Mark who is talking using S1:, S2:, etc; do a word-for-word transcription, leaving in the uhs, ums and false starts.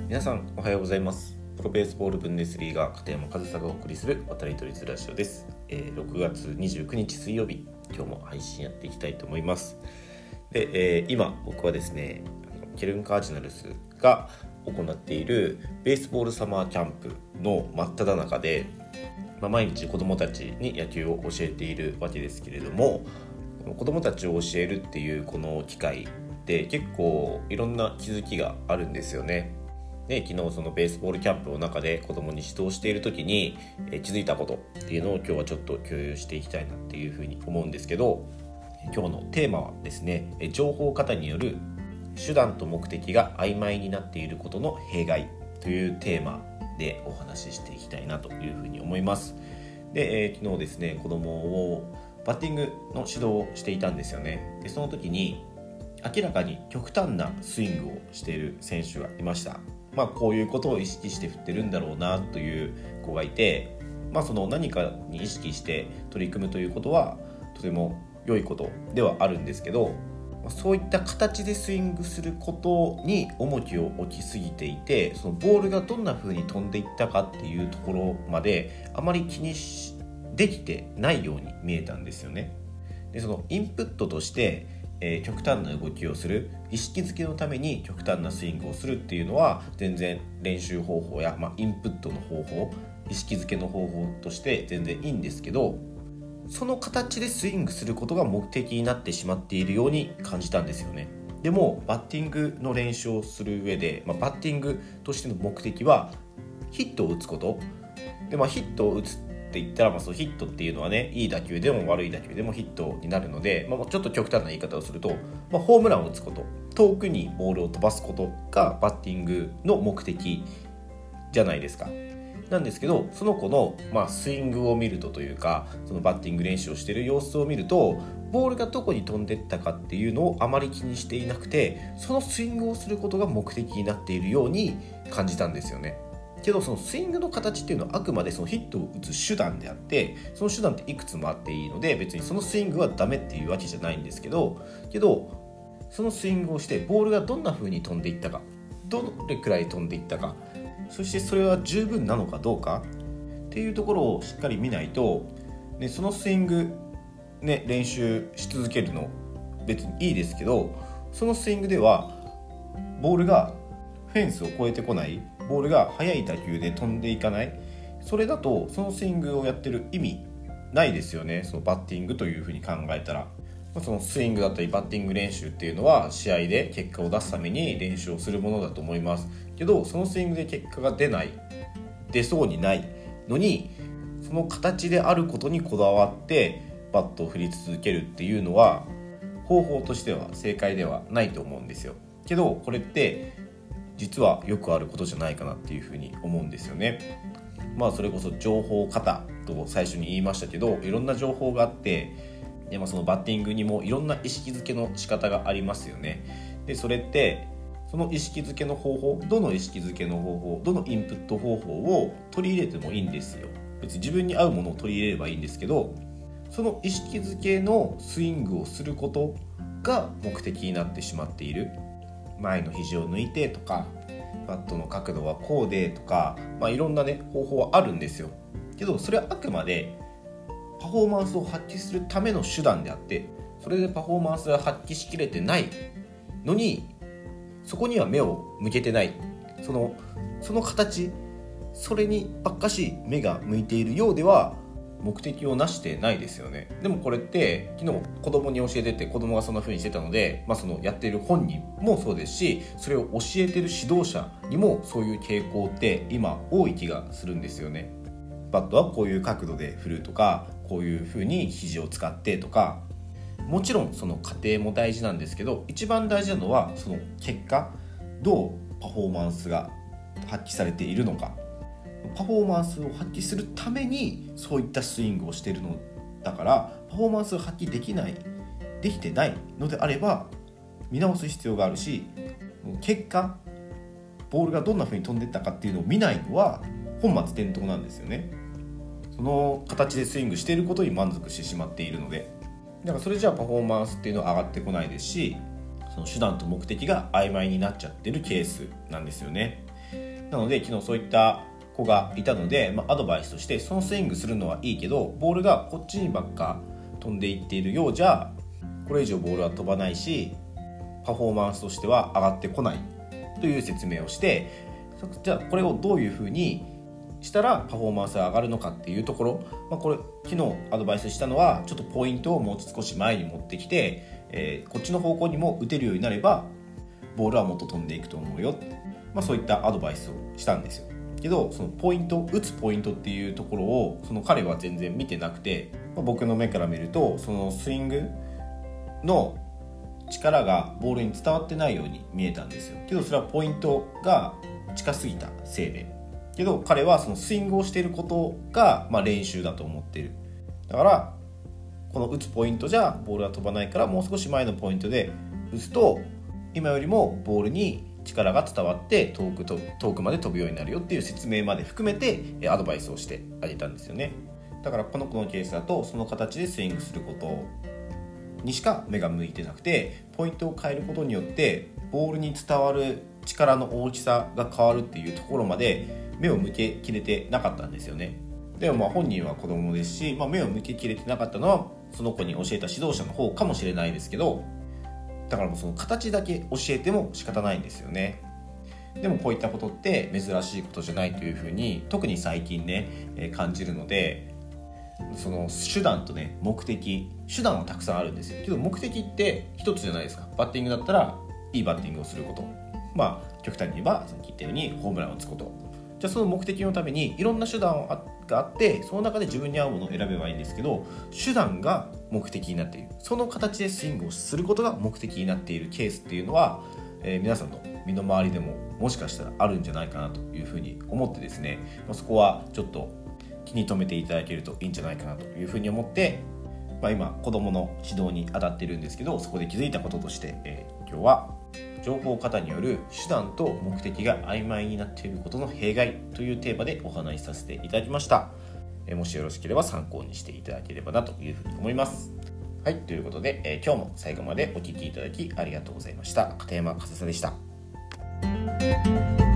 S1: 皆さんおはようございます。プロベースボールブンデスリーガ片山和沙がお送りする渡り鳥ラジオです、えー、ろくがつにじゅうくにち水曜日、今日も配信やっていきたいと思います。で、えー、今僕はですねケルンカージナルスが行っているベースボールサマーキャンプの真っ只中で、まあ、毎日子どもたちに野球を教えているわけですけれども、子どもたちを教えるっていうこの機会で結構いろんな気づきがあるんですよね。で、昨日そのベースボールキャンプの中で子どもに指導している時にえ気づいたことっていうのを今日はちょっと共有していきたいなっていうふうに思うんですけど、今日のテーマはですね、情報過多による手段と目的が曖昧になっていることの弊害というテーマでお話ししていきたいなというふうに思います。で、えー、昨日ですね子どもをバッティングの指導をしていたんですよね。で、その時に明らかに極端なスイングをしている選手がいました。まあ、こういうことを意識して振ってるんだろうなという子がいて、まあ、その何かに意識して取り組むということはとても良いことではあるんですけど、そういった形でスイングすることに重きを置きすぎていて、そのボールがどんな風に飛んでいったかっていうところまであまり気にしできてないように見えたんですよね。で、そのインプットとしてえー、極端な動きをする、意識づけのために極端なスイングをするっていうのは全然練習方法や、まあ、インプットの方法、意識づけの方法として全然いいんですけど、その形でスイングすることが目的になってしまっているように感じたんですよね。でもバッティングの練習をする上で、まあ、バッティングとしての目的はヒットを打つことで、まあ、ヒットを打つって言ったら、まあ、そのヒットっていうのはね、いい打球でも悪い打球でもヒットになるので、まあ、ちょっと極端な言い方をすると、まあ、ホームランを打つこと、遠くにボールを飛ばすことがバッティングの目的じゃないですか。なんですけど、その子の、まあ、スイングを見るとというか、そのバッティング練習をしている様子を見ると、ボールがどこに飛んでったかっていうのをあまり気にしていなくて、そのスイングをすることが目的になっているように感じたんですよね。けどそのスイングの形っていうのはあくまでそのヒットを打つ手段であって、その手段っていくつもあっていいので、別にそのスイングはダメっていうわけじゃないんですけど、けどそのスイングをしてボールがどんな風に飛んでいったか、どれくらい飛んでいったか、そしてそれは十分なのかどうかっていうところをしっかり見ないと、ね、そのスイング、ね、練習し続けるの別にいいですけど、そのスイングではボールがフェンスを越えてこない、ボールが速い打球で飛んでいかない、それだとそのスイングをやってる意味ないですよね。そのバッティングというふうに考えたら、そのスイングだったりバッティング練習っていうのは試合で結果を出すために練習をするものだと思いますけど、そのスイングで結果が出ない出そうにないのに、その形であることにこだわってバットを振り続けるっていうのは方法としては正解ではないと思うんですよ。けどこれって実はよくあることじゃないかなっていうふうに思うんですよね。まあそれこそ情報過多と最初に言いましたけど、いろんな情報があって、で、まあ、そのバッティングにもいろんな意識づけの仕方がありますよね。で、それってその意識づけの方法、どの意識づけの方法、どのインプット方法を取り入れてもいいんですよ。別に自分に合うものを取り入れればいいんですけど、その意識づけのスイングをすることが目的になってしまっている。前の肘を抜いてとか、バットの角度はこうでとか、まあ、いろんなね方法はあるんですよ。けどそれはあくまでパフォーマンスを発揮するための手段であって、それでパフォーマンスが発揮しきれてないのに、そこには目を向けてない、そのその形、それにばっかし目が向いているようでは目的をなしてないですよね。でもこれって昨日子供に教えてて、子供がそんな風にしてたので、まあ、そのやっている本人もそうですし、それを教えている指導者にもそういう傾向って今多い気がするんですよね。バットはこういう角度で振るとか、こういう風に肘を使ってとか、もちろんその過程も大事なんですけど、一番大事なのはその結果、どうパフォーマンスが発揮されているのか。パフォーマンスを発揮するためにそういったスイングをしているのだから、パフォーマンスが発揮できないできてないのであれば見直す必要があるし、結果ボールがどんな風に飛んでいったかっていうのを見ないのは本末転倒なんですよね。その形でスイングしていることに満足してしまっているので、だからそれじゃあパフォーマンスっていうのは上がってこないですし、その手段と目的が曖昧になっちゃってるケースなんですよね。 なので昨日そういった子がいたので、まあ、アドバイスとしてそのスイングするのはいいけどボールがこっちにばっか飛んでいっているようじゃこれ以上ボールは飛ばないしパフォーマンスとしては上がってこないという説明をして、じゃあこれをどういうふうにしたらパフォーマンスが上がるのかっていうところ、まあ、これ昨日アドバイスしたのはちょっとポイントをもう少し前に持ってきて、えー、こっちの方向にも打てるようになればボールはもっと飛んでいくと思うよ、まあ、そういったアドバイスをしたんですよ。けどそのポイント打つポイントっていうところをその彼は全然見てなくて、まあ、僕の目から見るとそのスイングの力がボールに伝わってないように見えたんですよ。けどそれはポイントが近すぎたせいで、けど彼はそのスイングをしていることが、まあ、練習だと思っている。だからこの打つポイントじゃボールは飛ばないからもう少し前のポイントで打つと今よりもボールに力が伝わって遠くと遠くまで飛ぶようになるよっていう説明まで含めてアドバイスをしてあげたんですよね。だからこの子のケースだとその形でスイングすることにしか目が向いてなくて、ポイントを変えることによってボールに伝わる力の大きさが変わるっていうところまで目を向けきれてなかったんですよね。でもまあ本人は子供ですし、まあ、目を向けきれてなかったのはその子に教えた指導者の方かもしれないですけど、だからもうその形だけ教えても仕方ないんですよね。でもこういったことって珍しいことじゃないというふうに特に最近ね、えー、感じるので、その手段とね目的、手段はたくさんあるんですよ。けど目的って一つじゃないですか。バッティングだったらいいバッティングをすること、まあ極端に言えばさっき言ったようにホームランを打つこと。じゃあその目的のためにいろんな手段があってその中で自分に合うものを選べばいいんですけど、手段が目的になっている、その形でスイングをすることが目的になっているケースっていうのは、えー、皆さんの身の回りでももしかしたらあるんじゃないかなというふうに思ってですね、まあ、そこはちょっと気に留めていただけるといいんじゃないかなというふうに思って、まあ、今子どもの指導に当たってるんですけど、そこで気づいたこととして、えー、今日は情報過多による手段と目的が曖昧になっていることの弊害というテーマでお話しさせていただきました。えー、もしよろしければ参考にしていただければなというふうに思います。はい、ということで、えー、今日も最後までお聞きいただきありがとうございました。片山和沙でした。